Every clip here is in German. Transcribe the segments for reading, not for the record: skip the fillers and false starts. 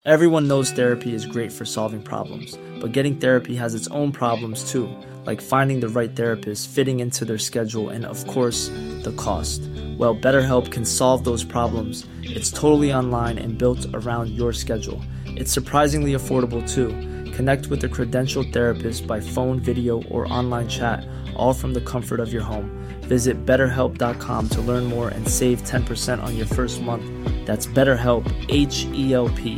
Everyone knows therapy is great for solving problems, but getting therapy has its own problems too, like finding the right therapist, fitting into their schedule, and of course, the cost. Well, BetterHelp can solve those problems. It's totally online and built around your schedule. It's surprisingly affordable too. Connect with a credentialed therapist by phone, video, or online chat, all from the comfort of your home. Visit BetterHelp.com to learn more and save 10% on your first month. That's BetterHelp, H-E-L-P.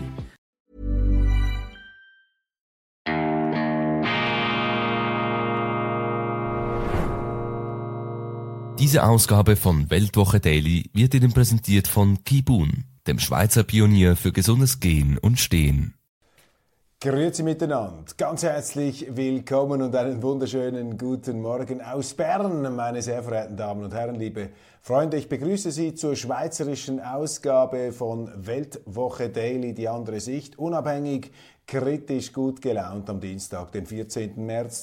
Diese Ausgabe von Weltwoche Daily wird Ihnen präsentiert von Kibun, dem Schweizer Pionier für gesundes Gehen und Stehen. Grüezi miteinander, ganz herzlich willkommen und einen wunderschönen guten Morgen aus Bern, meine sehr verehrten Damen und Herren, liebe Freunde. Ich begrüße Sie zur schweizerischen Ausgabe von Weltwoche Daily, die andere Sicht, unabhängig, kritisch, gut gelaunt am Dienstag, den 14. März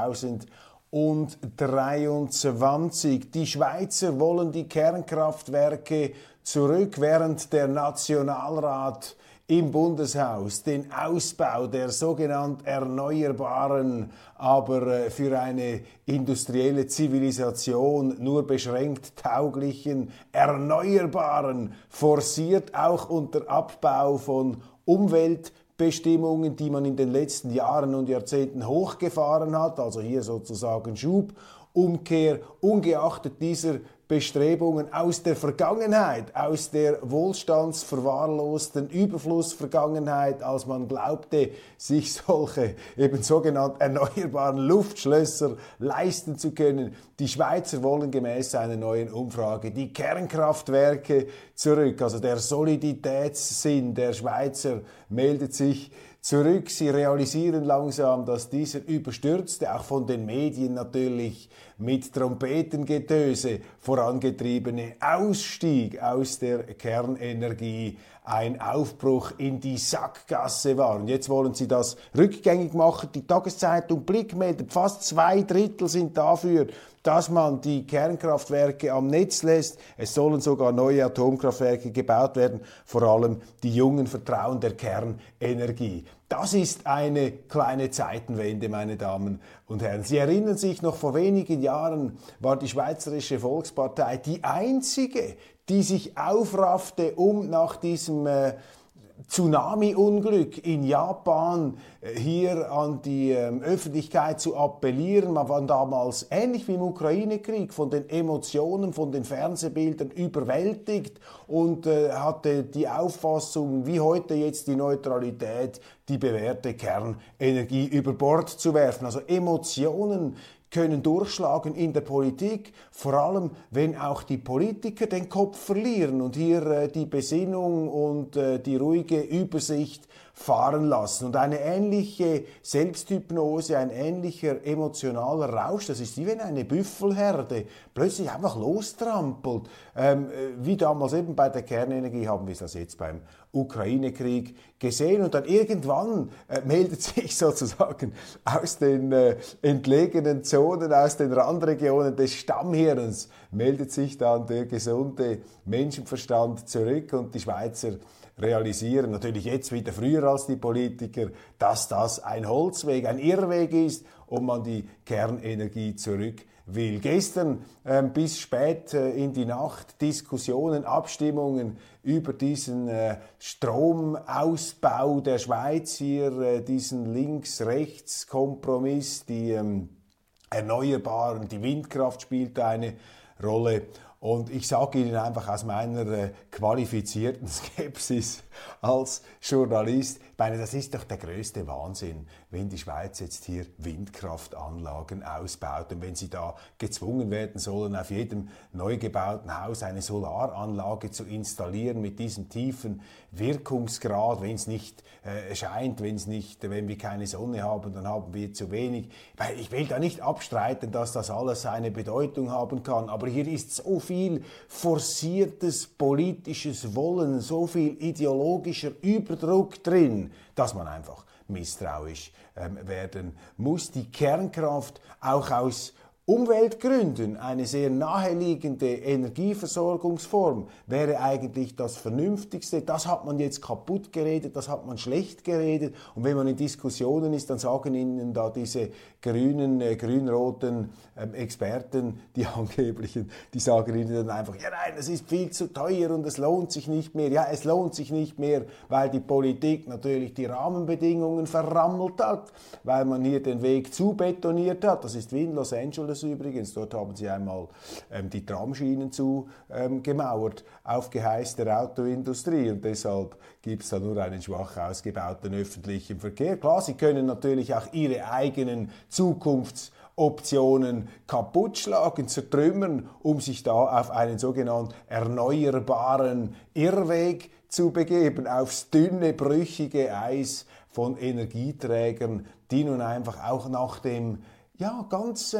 2023. Die Schweizer wollen die Kernkraftwerke zurück, während der Nationalrat im Bundeshaus den Ausbau der sogenannten erneuerbaren, aber für eine industrielle Zivilisation nur beschränkt tauglichen Erneuerbaren forciert, auch unter Abbau von Umweltbestimmungen, die man in den letzten Jahren und Jahrzehnten hochgefahren hat, also hier sozusagen Schubumkehr, ungeachtet dieser Bestrebungen aus der Vergangenheit, aus der wohlstandsverwahrlosten Überflussvergangenheit, als man glaubte, sich solche eben sogenannten erneuerbaren Luftschlösser leisten zu können. Die Schweizer wollen gemäß einer neuen Umfrage die Kernkraftwerke zurück. Also der Soliditätssinn der Schweizer meldet sich zurück. Sie realisieren langsam, dass dieser überstürzte, auch von den Medien natürlich mit Trompetengetöse vorangetriebene Ausstieg aus der Kernenergie ein Aufbruch in die Sackgasse war. Und jetzt wollen sie das rückgängig machen. Die Tageszeitung Blick meldet, fast 2/3 sind dafür, dass man die Kernkraftwerke am Netz lässt. Es sollen sogar neue Atomkraftwerke gebaut werden. Vor allem die Jungen vertrauen der Kernenergie. Das ist eine kleine Zeitenwende, meine Damen und Herren. Sie erinnern sich, noch vor wenigen Jahren war die Schweizerische Volkspartei die einzige, die sich aufraffte, um nach diesem Tsunami-Unglück in Japan hier an die Öffentlichkeit zu appellieren. Man war damals, ähnlich wie im Ukraine-Krieg, von den Emotionen, von den Fernsehbildern überwältigt und hatte die Auffassung, wie heute jetzt die Neutralität, die bewährte Kernenergie über Bord zu werfen. Also Emotionen können durchschlagen in der Politik, vor allem wenn auch die Politiker den Kopf verlieren und hier die Besinnung und die ruhige Übersicht fahren lassen. Und eine ähnliche Selbsthypnose, ein ähnlicher emotionaler Rausch, das ist wie wenn eine Büffelherde plötzlich einfach lostrampelt. Wie damals eben bei der Kernenergie haben wir das jetzt beim Ukraine-Krieg gesehen. Und dann irgendwann meldet sich sozusagen aus den entlegenen Zonen, aus den Randregionen des Stammhirns, meldet sich dann der gesunde Menschenverstand zurück und die Schweizer realisieren, natürlich jetzt wieder früher als die Politiker, dass das ein Holzweg, ein Irrweg ist und man die Kernenergie zurück will. Gestern bis spät in die Nacht Diskussionen, Abstimmungen über diesen Stromausbau der Schweiz hier, diesen Links-Rechts-Kompromiss, die Erneuerbaren, die Windkraft spielt eine Rolle. Und ich sage Ihnen einfach aus meiner qualifizierten Skepsis als Journalist, ich meine, das ist doch der größte Wahnsinn, wenn die Schweiz jetzt hier Windkraftanlagen ausbaut und wenn sie da gezwungen werden sollen, auf jedem neu gebauten Haus eine Solaranlage zu installieren mit diesem tiefen Wirkungsgrad, wenn es nicht scheint, wenn wir keine Sonne haben, dann haben wir zu wenig. Ich will da nicht abstreiten, dass das alles seine Bedeutung haben kann, aber hier ist so viel forciertes politisches Wollen, so viel ideologischer Überdruck drin, dass man einfach misstrauisch werden muss. Die Kernkraft auch aus Umweltgründen eine sehr naheliegende Energieversorgungsform wäre eigentlich das Vernünftigste. Das hat man jetzt kaputt geredet, das hat man schlecht geredet. Und wenn man in Diskussionen ist, dann sagen Ihnen da diese grün-roten Experten, die angeblichen, die sagen Ihnen dann einfach, ja nein, das ist viel zu teuer und es lohnt sich nicht mehr. Ja, es lohnt sich nicht mehr, weil die Politik natürlich die Rahmenbedingungen verrammelt hat, weil man hier den Weg zu betoniert hat. Das ist wie in Los Angeles übrigens. Dort haben sie einmal die Tramschienen gemauert auf Geheiß der Autoindustrie und deshalb gibt es da nur einen schwach ausgebauten öffentlichen Verkehr. Klar, sie können natürlich auch ihre eigenen Zukunftsoptionen kaputtschlagen, zertrümmern, um sich da auf einen sogenannten erneuerbaren Irrweg zu begeben, aufs dünne, brüchige Eis von Energieträgern, die nun einfach auch nach dem ganz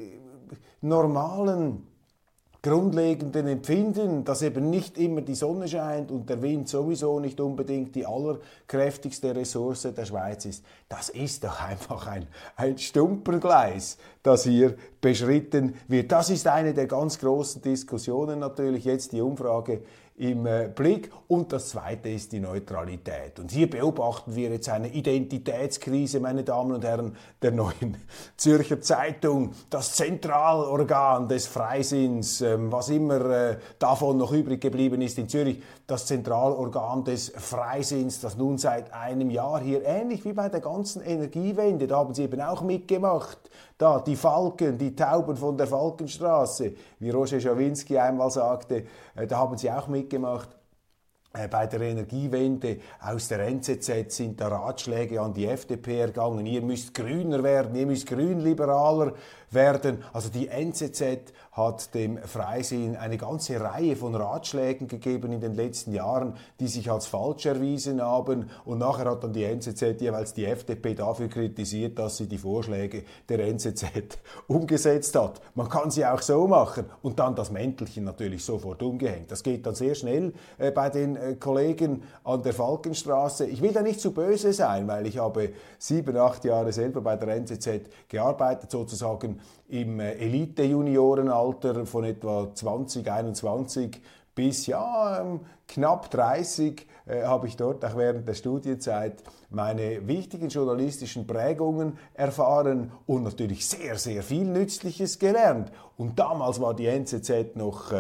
normalen, grundlegenden Empfinden, dass eben nicht immer die Sonne scheint und der Wind sowieso nicht unbedingt die allerkräftigste Ressource der Schweiz ist. Das ist doch einfach ein Stumpergleis, das hier beschritten wird. Das ist eine der ganz großen Diskussionen natürlich, jetzt die Umfrage im Blick. Und das Zweite ist die Neutralität. Und hier beobachten wir jetzt eine Identitätskrise, meine Damen und Herren, der Neuen Zürcher Zeitung, das Zentralorgan des Freisinns, was immer davon noch übrig geblieben ist in Zürich, das Zentralorgan des Freisinns, das nun seit einem Jahr hier, ähnlich wie bei der ganzen Energiewende, da haben Sie eben auch mitgemacht, da die Falken, die Tauben von der Falkenstraße, wie Roger Schawinski einmal sagte, da haben Sie auch mitgemacht. Bei der Energiewende aus der NZZ sind da Ratschläge an die FDP ergangen. Ihr müsst grüner werden, ihr müsst grünliberaler werden. Also die NZZ hat dem Freisinn eine ganze Reihe von Ratschlägen gegeben in den letzten Jahren, die sich als falsch erwiesen haben. Und nachher hat dann die NZZ jeweils die FDP dafür kritisiert, dass sie die Vorschläge der NZZ umgesetzt hat. Man kann sie auch so machen und dann das Mäntelchen natürlich sofort umgehängt. Das geht dann sehr schnell bei den Kollegen an der Falkenstraße. Ich will da nicht zu böse sein, weil ich habe 7, 8 Jahre selber bei der NZZ gearbeitet, sozusagen im Elite-Juniorenalter von etwa 20, 21 bis knapp 30 habe ich dort auch während der Studienzeit meine wichtigen journalistischen Prägungen erfahren und natürlich sehr, sehr viel Nützliches gelernt. Und damals war die NZZ noch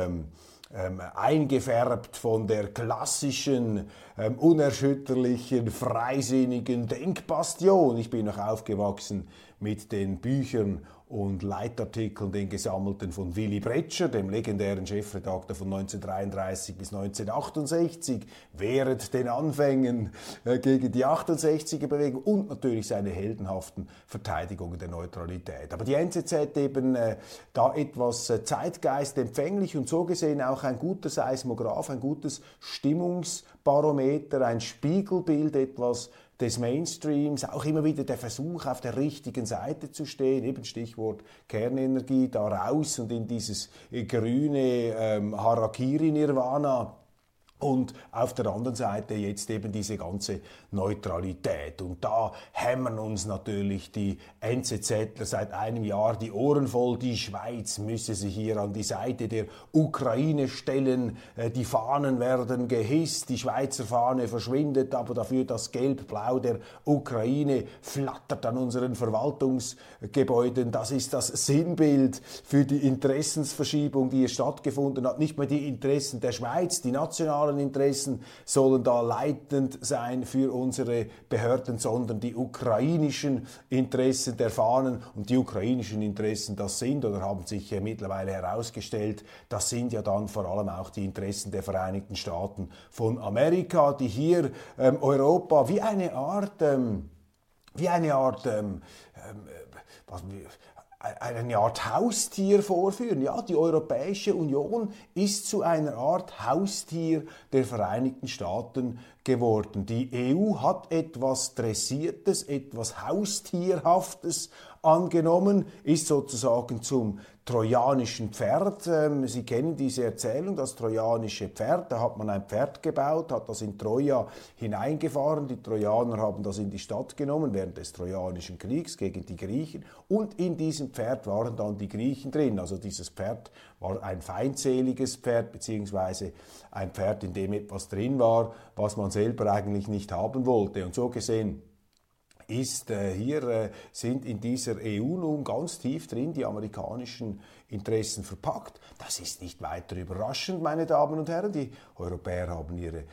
eingefärbt von der klassischen, unerschütterlichen, freisinnigen Denkbastion. Ich bin noch aufgewachsen mit den Büchern und Leitartikeln, den gesammelten von Willy Bretscher, dem legendären Chefredakteur von 1933 bis 1968, während den Anfängen gegen die 68er-Bewegung und natürlich seine heldenhaften Verteidigungen der Neutralität. Aber die NZZ eben da etwas zeitgeistempfänglich und so gesehen auch ein guter Seismograph, ein gutes Stimmungsbarometer, ein Spiegelbild etwas des Mainstreams, auch immer wieder der Versuch, auf der richtigen Seite zu stehen, eben Stichwort Kernenergie, da raus und in dieses grüne Harakiri-Nirvana. Und auf der anderen Seite jetzt eben diese ganze Neutralität. Und da hämmern uns natürlich die NZZler seit einem Jahr die Ohren voll. Die Schweiz müsse sich hier an die Seite der Ukraine stellen. Die Fahnen werden gehisst, die Schweizer Fahne verschwindet, aber dafür das Gelb-Blau der Ukraine flattert an unseren Verwaltungsgebäuden. Das ist das Sinnbild für die Interessensverschiebung, die hier stattgefunden hat. Nicht mehr die Interessen der Schweiz, die nationalen Interessen sollen da leitend sein für unsere Behörden, sondern die ukrainischen Interessen der Fahnen. Und die ukrainischen Interessen, das sind oder haben sich mittlerweile herausgestellt, das sind ja dann vor allem auch die Interessen der Vereinigten Staaten von Amerika, die hier Europa wie eine Art Haustier vorführen. Ja, die Europäische Union ist zu einer Art Haustier der Vereinigten Staaten geworden. Die EU hat etwas Dressiertes, etwas Haustierhaftes angenommen, ist sozusagen zum trojanischen Pferd. Sie kennen diese Erzählung, das trojanische Pferd. Da hat man ein Pferd gebaut, hat das in Troja hineingefahren. Die Trojaner haben das in die Stadt genommen während des Trojanischen Kriegs gegen die Griechen. Und in diesem Pferd waren dann die Griechen drin. Also dieses Pferd war ein feindseliges Pferd, beziehungsweise ein Pferd, in dem etwas drin war, was man selber eigentlich nicht haben wollte. Und so gesehen sind in dieser EU nun ganz tief drin die amerikanischen Interessen verpackt. Das ist nicht weiter überraschend, meine Damen und Herren. Die Europäer haben ihre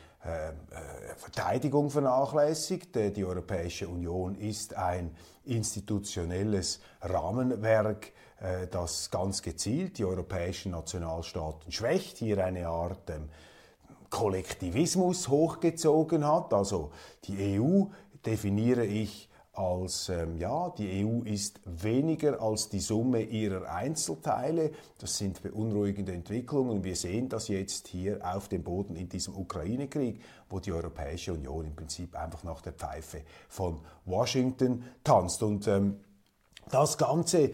Verteidigung vernachlässigt. Die Europäische Union ist ein institutionelles Rahmenwerk, das ganz gezielt die europäischen Nationalstaaten schwächt, hier eine Art Kollektivismus hochgezogen hat. Also die EU definiere ich als, die EU ist weniger als die Summe ihrer Einzelteile. Das sind beunruhigende Entwicklungen. Wir sehen das jetzt hier auf dem Boden in diesem Ukraine-Krieg, wo die Europäische Union im Prinzip einfach nach der Pfeife von Washington tanzt. Und das Ganze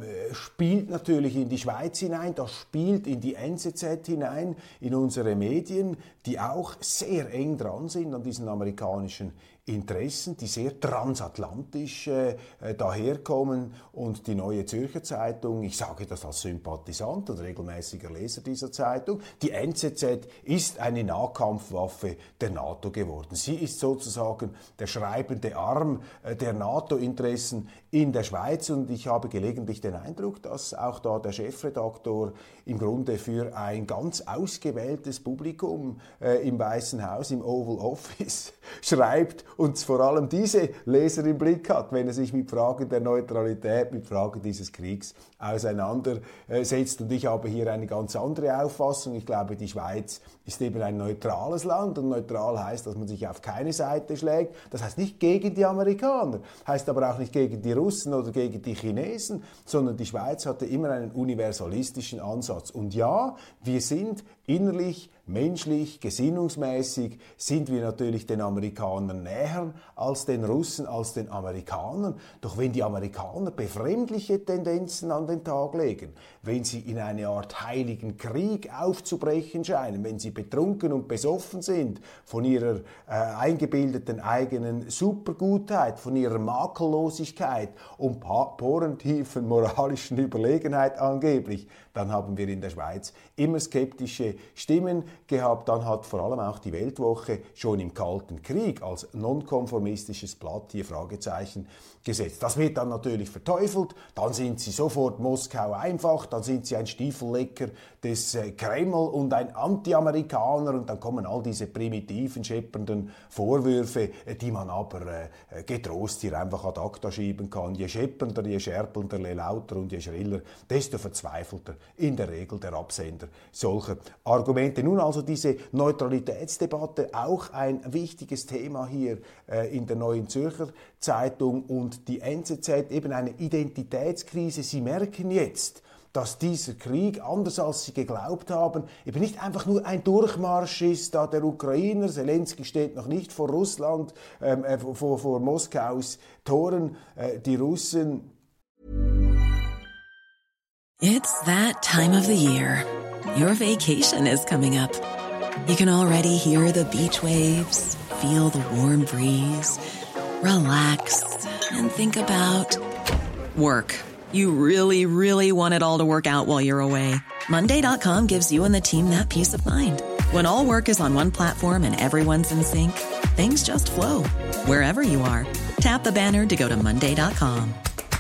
spielt natürlich in die Schweiz hinein, das spielt in die NZZ hinein, in unsere Medien, die auch sehr eng dran sind an diesen amerikanischen Interessen, die sehr transatlantisch daherkommen. Und die Neue Zürcher Zeitung, ich sage das als Sympathisant und regelmäßiger Leser dieser Zeitung, die NZZ ist eine Nahkampfwaffe der NATO geworden. Sie ist sozusagen der schreibende Arm der NATO-Interessen in der Schweiz, und ich habe gelegentlich den Eindruck, dass auch da der Chefredaktor im Grunde für ein ganz ausgewähltes Publikum im Weißen Haus, im Oval Office schreibt und vor allem diese Leser im Blick hat, wenn er sich mit Fragen der Neutralität, mit Fragen dieses Kriegs auseinandersetzt. Und ich habe hier eine ganz andere Auffassung. Ich glaube, die Schweiz ist eben ein neutrales Land, und neutral heißt, dass man sich auf keine Seite schlägt. Das heißt nicht gegen die Amerikaner, heißt aber auch nicht gegen die Russen oder gegen die Chinesen, sondern die Schweiz hatte immer einen universalistischen Ansatz. Und ja, wir sind innerlich, menschlich, gesinnungsmäßig sind wir natürlich den Amerikanern näher als den Russen, als den Amerikanern. Doch wenn die Amerikaner befremdliche Tendenzen an den Tag legen, wenn sie in eine Art heiligen Krieg aufzubrechen scheinen, wenn sie betrunken und besoffen sind von ihrer eingebildeten eigenen Supergutheit, von ihrer Makellosigkeit und porentiefen moralischen Überlegenheit angeblich, dann haben wir in der Schweiz immer skeptische Stimmen gehabt. Dann hat vor allem auch die Weltwoche schon im Kalten Krieg als nonkonformistisches Blatt hier Fragezeichen gesetzt. Das wird dann natürlich verteufelt, dann sind sie sofort Moskau einfach, dann sind sie ein Stiefellecker des Kreml und ein Anti-Amerikaner, und dann kommen all diese primitiven, scheppernden Vorwürfe, die man aber getrost hier einfach ad acta schieben kann. Je scheppernder, je scherpelnder, je lauter und je schriller, desto verzweifelter in der Regel der Absender solcher Argumente. Nun also diese Neutralitätsdebatte, auch ein wichtiges Thema hier in der Neuen Zürcher Zeitung, und die NZZ eben eine Identitätskrise. Sie merken jetzt, dass dieser Krieg, anders als sie geglaubt haben, eben nicht einfach nur ein Durchmarsch ist, da der Ukrainer, Zelensky steht noch nicht vor Russland, vor Moskaus Toren, die Russen. It's that time of the year. Your vacation is coming up. You can already hear the beach waves, feel the warm breeze, relax and think about work. You really, really want it all to work out while you're away. Monday.com gives you and the team that peace of mind. When all work is on one platform and everyone's in sync, things just flow. Wherever you are, tap the banner to go to Monday.com.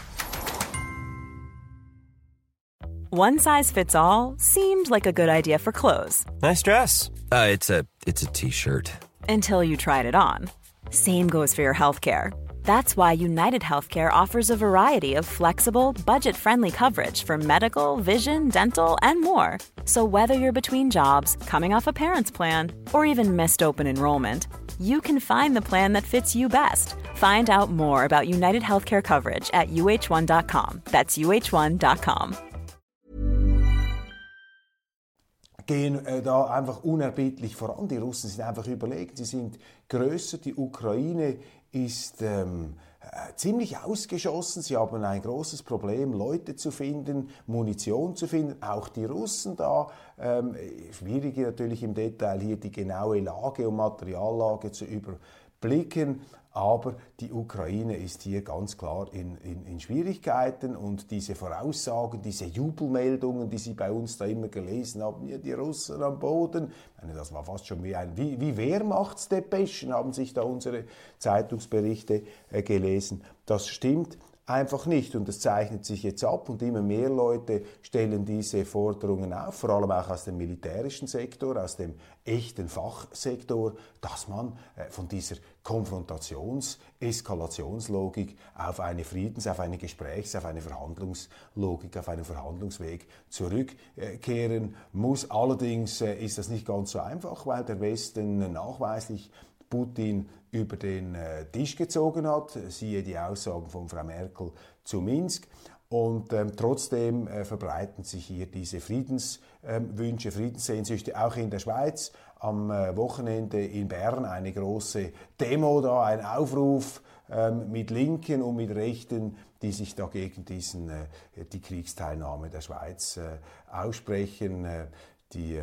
One size fits all seemed like a good idea for clothes. Nice dress. It's a t-shirt. Until you tried it on. Same goes for your healthcare. That's why United Healthcare offers a variety of flexible, budget-friendly coverage for medical, vision, dental, and more. So whether you're between jobs, coming off a parent's plan, or even missed open enrollment, you can find the plan that fits you best. Find out more about United Healthcare coverage at uh1.com. That's uh1.com. gehen da einfach unerbittlich voran. Die Russen sind einfach überlegen, sie sind größer, die Ukraine ist ziemlich ausgeschossen. Sie haben ein großes Problem, Leute zu finden, Munition zu finden. Auch die Russen da. Schwierig natürlich im Detail hier die genaue Lage und Materiallage zu überblicken. Aber die Ukraine ist hier ganz klar in Schwierigkeiten und diese Voraussagen, diese Jubelmeldungen, die Sie bei uns da immer gelesen haben, ja, die Russen am Boden, ich meine, das war fast schon wie Wehrmachtsdepeschen, haben sich da unsere Zeitungsberichte gelesen. Das stimmt einfach nicht und es zeichnet sich jetzt ab und immer mehr Leute stellen diese Forderungen auf, vor allem auch aus dem militärischen Sektor, aus dem echten Fachsektor, dass man von dieser Eskalationslogik auf eine auf eine auf eine Verhandlungslogik, auf einen Verhandlungsweg zurückkehren muss. Allerdings ist das nicht ganz so einfach, weil der Westen nachweislich Putin über den Tisch gezogen hat, siehe die Aussagen von Frau Merkel zu Minsk. Und trotzdem verbreiten sich hier diese Friedenswünsche, Friedenssehnsüchte auch in der Schweiz. Am Wochenende in Bern eine große Demo da, ein Aufruf mit Linken und mit Rechten, die sich da gegen die Kriegsteilnahme der Schweiz aussprechen. Die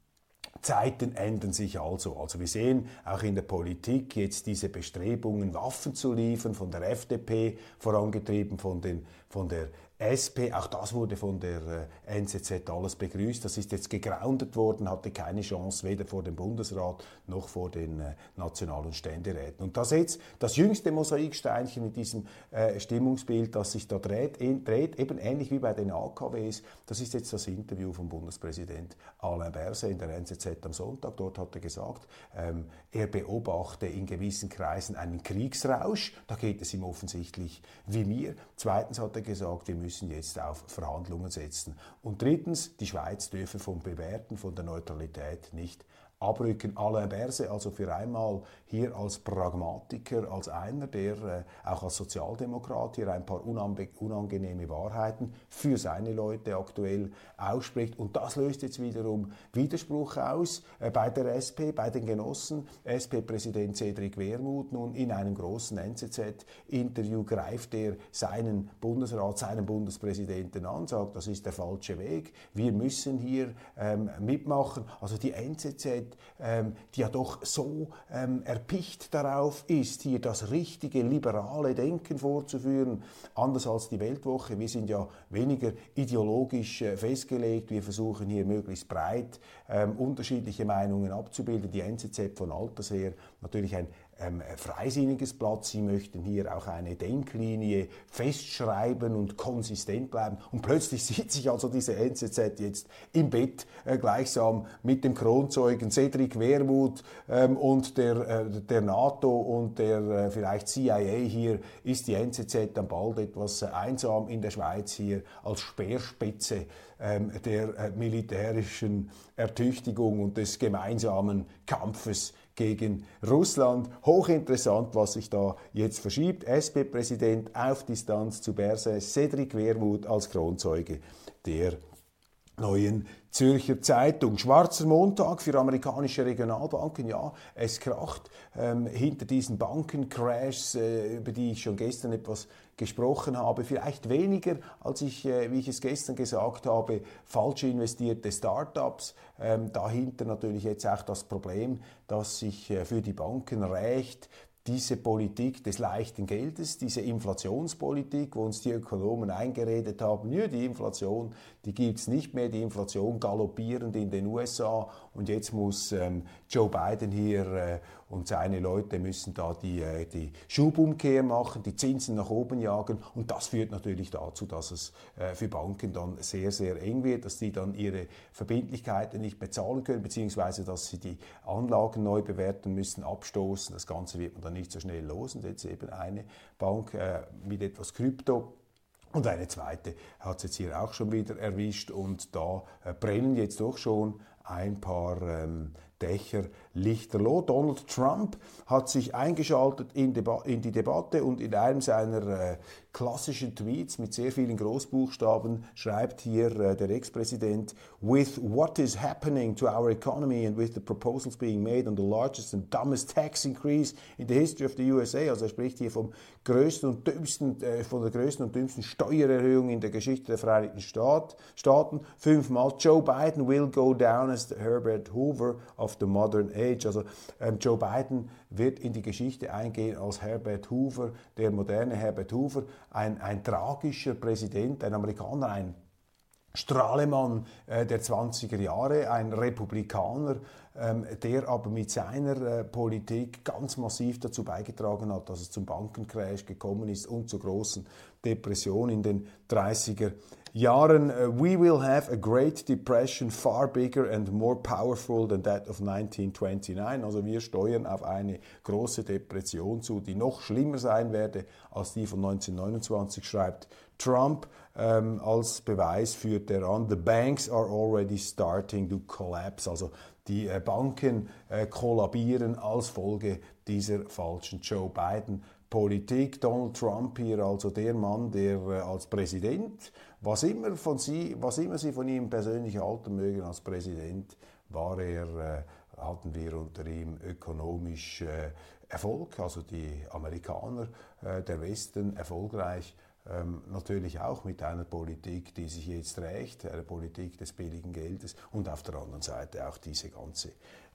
Zeiten ändern sich also. Also wir sehen auch in der Politik jetzt diese Bestrebungen, Waffen zu liefern, von der FDP vorangetrieben, von der SP, auch das wurde von der NZZ alles begrüßt. Das ist jetzt gegroundet worden, hatte keine Chance, weder vor dem Bundesrat noch vor den National- und Ständeräten. Und das jetzt das jüngste Mosaiksteinchen in diesem Stimmungsbild, das sich da dreht, eben ähnlich wie bei den AKWs, das ist jetzt das Interview vom Bundespräsident Alain Berset in der NZZ am Sonntag. Dort hat er gesagt, er beobachte in gewissen Kreisen einen Kriegsrausch. Da geht es ihm offensichtlich wie mir. Zweitens hat er gesagt, wir müssen jetzt auf Verhandlungen setzen. Und drittens, die Schweiz dürfe vom Bewährten, von der Neutralität nicht abrücken. Alain Berset, also für einmal hier als Pragmatiker, als einer, der auch als Sozialdemokrat hier ein paar unangenehme Wahrheiten für seine Leute aktuell ausspricht. Und das löst jetzt wiederum Widerspruch aus bei der SP, bei den Genossen. SP-Präsident Cedric Wermuth nun in einem großen NZZ-Interview greift er seinen Bundesrat, seinen Bundespräsidenten an, sagt, das ist der falsche Weg, wir müssen hier mitmachen. Also die NZZ, die ja doch so erpicht darauf ist, hier das richtige liberale Denken vorzuführen, anders als die Weltwoche. Wir sind ja weniger ideologisch festgelegt, wir versuchen hier möglichst breit unterschiedliche Meinungen abzubilden. Die NZZ von alters her natürlich ein freisinniges Blatt. Sie möchten hier auch eine Denklinie festschreiben und konsistent bleiben. Und plötzlich sieht sich also diese NZZ jetzt im Bett gleichsam mit dem Kronzeugen Cedric Wermuth und der NATO und der vielleicht CIA. Hier ist die NZZ dann bald etwas einsam in der Schweiz hier als Speerspitze der militärischen Ertüchtigung und des gemeinsamen Kampfes gegen Russland. Hochinteressant, was sich da jetzt verschiebt. SP-Präsident auf Distanz zu Berset, Cedric Wermuth als Kronzeuge der Neuen Zürcher Zeitung. Schwarzer Montag für amerikanische Regionalbanken. Ja, es kracht hinter diesen Bankencrashs, über die ich schon gestern etwas gesprochen habe. Vielleicht weniger, als wie ich es gestern gesagt habe, falsch investierte Startups. Dahinter natürlich jetzt auch das Problem, dass sich für die Banken rächt, diese Politik des leichten Geldes, diese Inflationspolitik, wo uns die Ökonomen eingeredet haben, ja, die Inflation, die gibt es nicht mehr, die Inflation galoppierend in den USA und jetzt muss Joe Biden hier und seine Leute müssen da die Schubumkehr machen, die Zinsen nach oben jagen und das führt natürlich dazu, dass es für Banken dann sehr, sehr eng wird, dass die dann ihre Verbindlichkeiten nicht mehr zahlen können, beziehungsweise dass sie die Anlagen neu bewerten müssen, abstoßen. Das Ganze wird man dann nicht so schnell los und jetzt eben eine Bank mit etwas Krypto und eine zweite hat es jetzt hier auch schon wieder erwischt und da brennen jetzt doch schon ein paar Dächer lichterloh. Donald Trump hat sich eingeschaltet in die Debatte und in einem seiner klassischen Tweets mit sehr vielen Großbuchstaben schreibt hier der Ex-Präsident: "With what is happening to our economy and with the proposals being made on the largest and dumbest tax increase in the history of the USA", also er spricht hier vom größten und dümmsten, von der größten und dümmsten Steuererhöhung in der Geschichte der Vereinigten Staaten, 5-mal: "Joe Biden will go down as the Herbert Hoover of the modern age", also Joe Biden wird in die Geschichte eingehen als Herbert Hoover, der moderne Herbert Hoover, ein tragischer Präsident, ein Amerikaner, ein Strahlemann der 20er Jahre, ein Republikaner, der aber mit seiner Politik ganz massiv dazu beigetragen hat, dass es zum Bankencrash gekommen ist und zur großen Depression in den 30er Jahren. "We will have a Great Depression far bigger and more powerful than that of 1929", also wir steuern auf eine große Depression zu, die noch schlimmer sein werde als die von 1929, schreibt Trump. Als Beweis führt er an: "The banks are already starting to collapse", also die Banken kollabieren als Folge dieser falschen Joe Biden-Politik. Donald Trump hier also der Mann, der als Präsident, was immer Sie von ihm persönlich halten mögen, als Präsident hatten wir unter ihm ökonomisch Erfolg, also die Amerikaner, der Westen erfolgreich. Natürlich auch mit einer Politik, die sich jetzt rächt, eine Politik des billigen Geldes und auf der anderen Seite auch diese ganze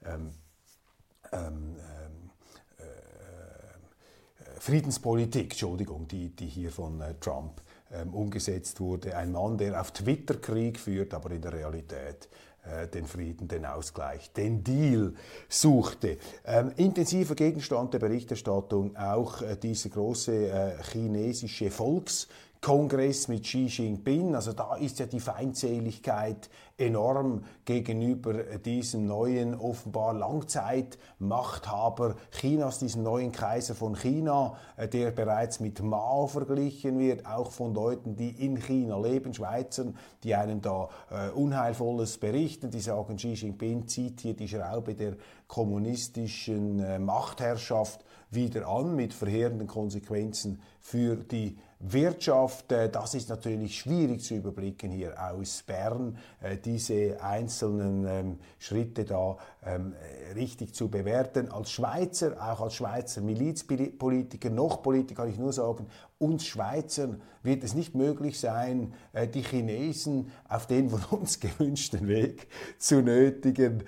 Friedenspolitik, die hier von Trump umgesetzt wurde. Ein Mann, der auf Twitter Krieg führt, aber in der Realität den Frieden, den Ausgleich, den Deal suchte. Intensiver Gegenstand der Berichterstattung auch dieser große chinesische Volkskongress mit Xi Jinping. Also da ist ja die Feindseligkeit enorm gegenüber diesem neuen, offenbar Langzeitmachthaber Chinas, diesem neuen Kaiser von China, der bereits mit Mao verglichen wird, auch von Leuten, die in China leben, Schweizern, die einem da Unheilvolles berichten, die sagen, Xi Jinping zieht hier die Schraube der kommunistischen Machtherrschaft wieder an, mit verheerenden Konsequenzen für die Wirtschaft. Das ist natürlich schwierig zu überblicken hier aus Bern, diese einzelnen Schritte da richtig zu bewerten. Als Schweizer, auch als Schweizer Milizpolitiker, noch Politiker, kann ich nur sagen, uns Schweizern wird es nicht möglich sein, die Chinesen auf den von uns gewünschten Weg zu nötigen.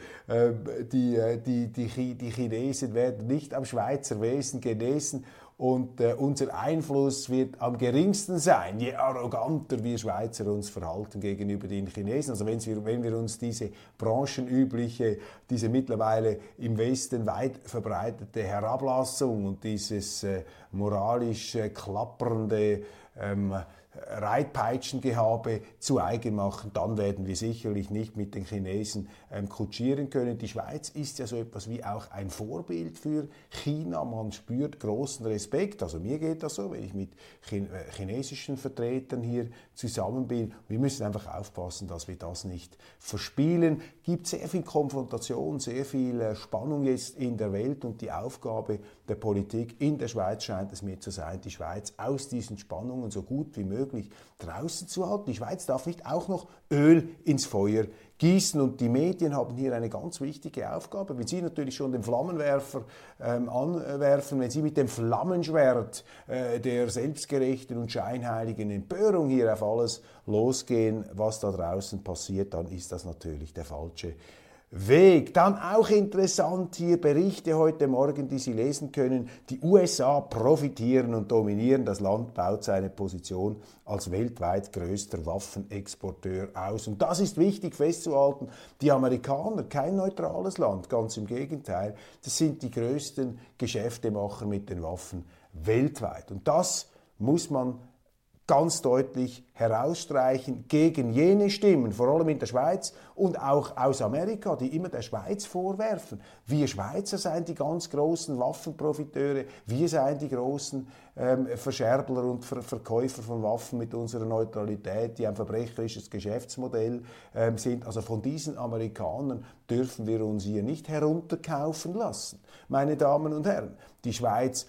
Die Chinesen werden nicht am Schweizer Wesen genesen. Und unser Einfluss wird am geringsten sein, je arroganter wir Schweizer uns verhalten gegenüber den Chinesen. Also wenn wir uns diese branchenübliche, diese mittlerweile im Westen weit verbreitete Herablassung und dieses moralisch klappernde Reitpeitschengehabe zu eigen machen, dann werden wir sicherlich nicht mit den Chinesen kutschieren können. Die Schweiz ist ja so etwas wie auch ein Vorbild für China. Man spürt großen Respekt. Also mir geht das so, wenn ich mit chinesischen Vertretern hier zusammen bin. Wir müssen einfach aufpassen, dass wir das nicht verspielen. Es gibt sehr viel Konfrontation, sehr viel Spannung jetzt in der Welt und die Aufgabe der Politik in der Schweiz scheint es mir zu sein, die Schweiz aus diesen Spannungen so gut wie möglich draußen zu halten. Die Schweiz darf nicht auch noch Öl ins Feuer gießen und die Medien haben hier eine ganz wichtige Aufgabe. Wenn Sie natürlich schon den Flammenwerfer anwerfen, wenn Sie mit dem Flammenschwert der selbstgerechten und scheinheiligen Empörung hier auf alles losgehen, was da draußen passiert, dann ist das natürlich der falsche Weg. Dann auch interessant hier Berichte heute Morgen, die Sie lesen können. Die USA profitieren und dominieren. Das Land baut seine Position als weltweit größter Waffenexporteur aus. Und das ist wichtig festzuhalten. Die Amerikaner, kein neutrales Land, ganz im Gegenteil. Das sind die größten Geschäftemacher mit den Waffen weltweit. Und das muss man ganz deutlich herausstreichen gegen jene Stimmen, vor allem in der Schweiz und auch aus Amerika, die immer der Schweiz vorwerfen, wir Schweizer seien die ganz großen Waffenprofiteure, wir seien die großen Verscherbler und Verkäufer von Waffen mit unserer Neutralität, die ein verbrecherisches Geschäftsmodell sind. Also von diesen Amerikanern dürfen wir uns hier nicht herunterkaufen lassen, meine Damen und Herren. Die Schweiz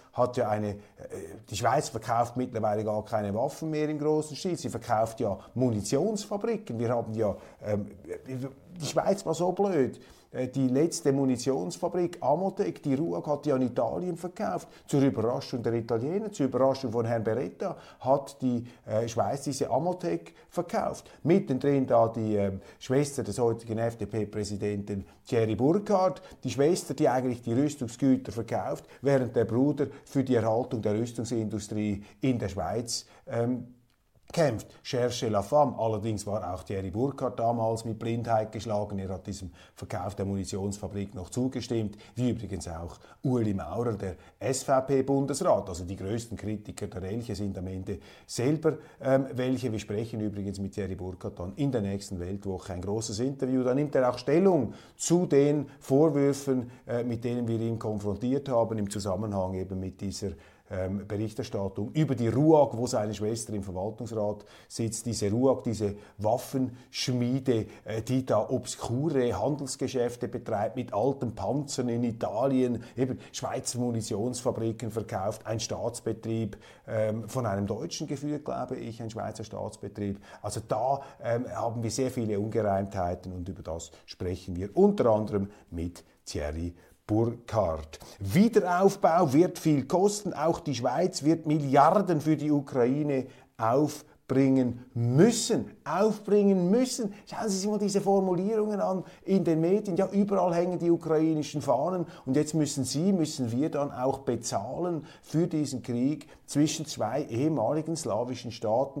die Schweiz verkauft mittlerweile gar keine Waffen mehr im großen Stil. Sie verkauft ja Munitionsfabriken. Wir haben ja, die Schweiz war so blöd. Die letzte Munitionsfabrik, Amotec, die RUAG, hat die an Italien verkauft. Zur Überraschung der Italiener, zur Überraschung von Herrn Beretta, hat die Schweiz diese Amotec verkauft. Mittendrin da die Schwester des heutigen FDP-Präsidenten Thierry Burkhardt, die Schwester, die eigentlich die Rüstungsgüter verkauft, während der Bruder für die Erhaltung der Rüstungsindustrie in der Schweiz kämpft. Cherchez la femme. Allerdings war auch Thierry Burkhardt damals mit Blindheit geschlagen. Er hat diesem Verkauf der Munitionsfabrik noch zugestimmt, wie übrigens auch Ueli Maurer, der SVP-Bundesrat. Also die größten Kritiker der Elche sind am Ende selber welche. Wir sprechen übrigens mit Thierry Burkhardt dann in der nächsten Weltwoche ein großes Interview. Da nimmt er auch Stellung zu den Vorwürfen, mit denen wir ihn konfrontiert haben im Zusammenhang eben mit dieser Berichterstattung über die RUAG, wo seine Schwester im Verwaltungsrat sitzt. Diese RUAG, diese Waffenschmiede, die da obskure Handelsgeschäfte betreibt mit alten Panzern in Italien, eben Schweizer Munitionsfabriken verkauft, ein Staatsbetrieb, von einem Deutschen geführt, glaube ich, ein Schweizer Staatsbetrieb. Also da haben wir sehr viele Ungereimtheiten und über das sprechen wir unter anderem mit Thierry Burkhardt. Wiederaufbau wird viel kosten. Auch die Schweiz wird Milliarden für die Ukraine aufbringen müssen. Schauen Sie sich mal diese Formulierungen an in den Medien. Ja, überall hängen die ukrainischen Fahnen und jetzt müssen wir dann auch bezahlen für diesen Krieg zwischen zwei slawischen Staaten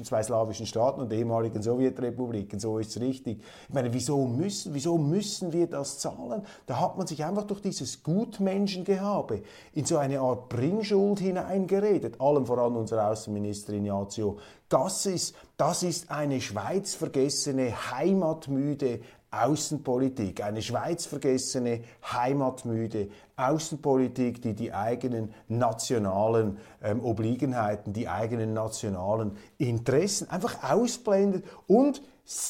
und ehemaligen Sowjetrepubliken. So ist es richtig. Ich meine, wieso müssen wir das zahlen? Da hat man sich einfach durch dieses Gutmenschengehabe in so eine Art Bringschuld hineingeredet. Allem voran unser Außenminister Ignazio Cassis. Das ist eine schweizvergessene, heimatmüde Außenpolitik, eine schweizvergessene, heimatmüde Außenpolitik, die die eigenen nationalen Obliegenheiten, die eigenen nationalen Interessen einfach ausblendet und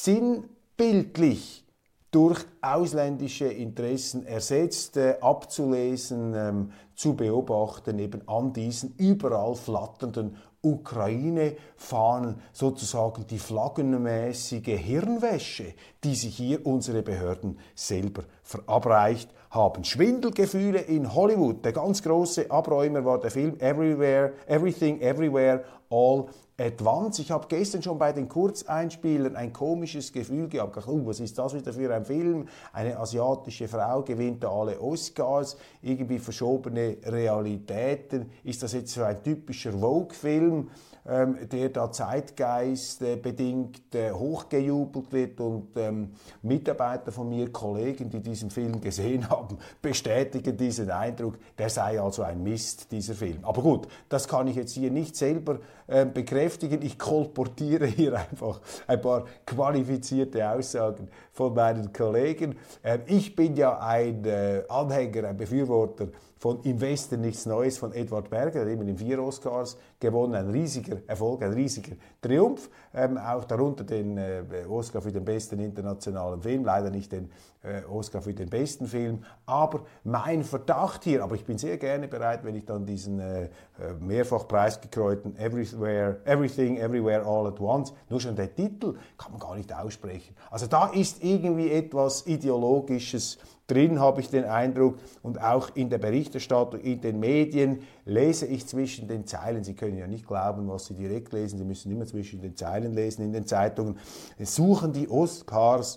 sinnbildlich durch ausländische Interessen ersetzt, abzulesen, zu beobachten, eben an diesen überall flatternden Ukraine-Fahnen, sozusagen die flaggenmäßige Hirnwäsche, die sich hier unsere Behörden selber verabreicht haben. Schwindelgefühle in Hollywood. Der ganz große Abräumer war der Film Everything, Everywhere, All at Once. Ich habe gestern schon bei den Kurzeinspielern ein komisches Gefühl gehabt. Was ist das wieder für ein Film? Eine asiatische Frau gewinnt da alle Oscars, irgendwie verschobene Realitäten. Ist das jetzt so ein typischer Vogue-Film, der da zeitgeistbedingt hochgejubelt wird und Mitarbeiter von mir, Kollegen, die diesen Film gesehen haben, bestätigen diesen Eindruck, der sei also ein Mist, dieser Film. Aber gut, das kann ich jetzt hier nicht selber bekräftigen. Ich kolportiere hier einfach ein paar qualifizierte Aussagen von meinen Kollegen. Ich bin ja ein Anhänger, ein Befürworter von Im Westen nichts Neues von Edward Berger, der immerhin 4 Oscars gewonnen, ein riesiger Erfolg, ein riesiger Triumph, auch darunter den Oscar für den besten internationalen Film, leider nicht den Oscar für den besten Film, aber mein Verdacht hier, aber ich bin sehr gerne bereit, wenn ich dann diesen mehrfach preisgekreuzten Everything, Everywhere, All at Once, nur schon der Titel kann man gar nicht aussprechen. Also da ist irgendwie etwas Ideologisches drin, habe ich den Eindruck, und auch in der Berichterstattung, in den Medien lese ich zwischen den Zeilen, Sie können ja nicht glauben, was Sie direkt lesen, Sie müssen immer zwischen den Zeilen lesen in den Zeitungen, suchen die Oscars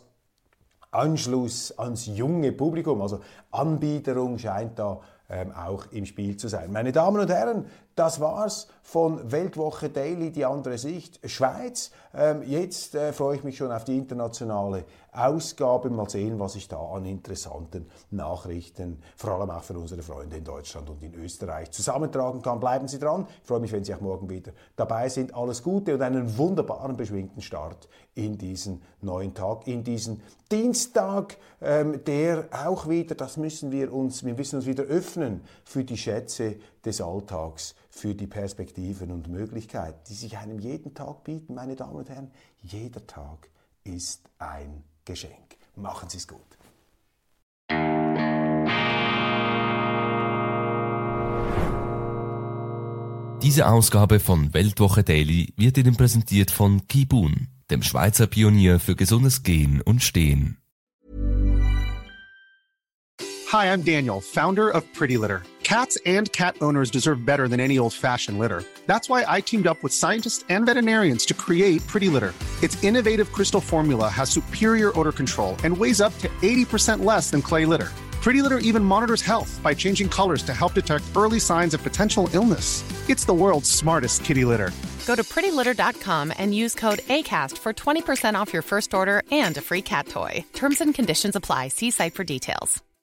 Anschluss ans junge Publikum, also Anbiederung scheint da auch im Spiel zu sein. Meine Damen und Herren, das war's von Weltwoche Daily, die andere Sicht Schweiz. Jetzt freue ich mich schon auf die internationale Ausgabe. Mal sehen, was ich da an interessanten Nachrichten, vor allem auch für unsere Freunde in Deutschland und in Österreich, zusammentragen kann. Bleiben Sie dran. Ich freue mich, wenn Sie auch morgen wieder dabei sind. Alles Gute und einen wunderbaren, beschwingten Start in diesen neuen Tag, in diesen Dienstag, der auch wieder, wir müssen uns wieder öffnen für die Schätze des Alltags, für die Perspektiven und Möglichkeiten, die sich einem jeden Tag bieten. Meine Damen und Herren, jeder Tag ist ein Geschenk. Machen Sie es gut. Diese Ausgabe von Weltwoche Daily wird Ihnen präsentiert von Kibun, dem Schweizer Pionier für gesundes Gehen und Stehen. Hi, I'm Daniel, founder of Pretty Litter. Cats and cat owners deserve better than any old-fashioned litter. That's why I teamed up with scientists and veterinarians to create Pretty Litter. Its innovative crystal formula has superior odor control and weighs up to 80% less than clay litter. Pretty Litter even monitors health by changing colors to help detect early signs of potential illness. It's the world's smartest kitty litter. Go to prettylitter.com and use code ACAST for 20% off your first order and a free cat toy. Terms and conditions apply. See site for details.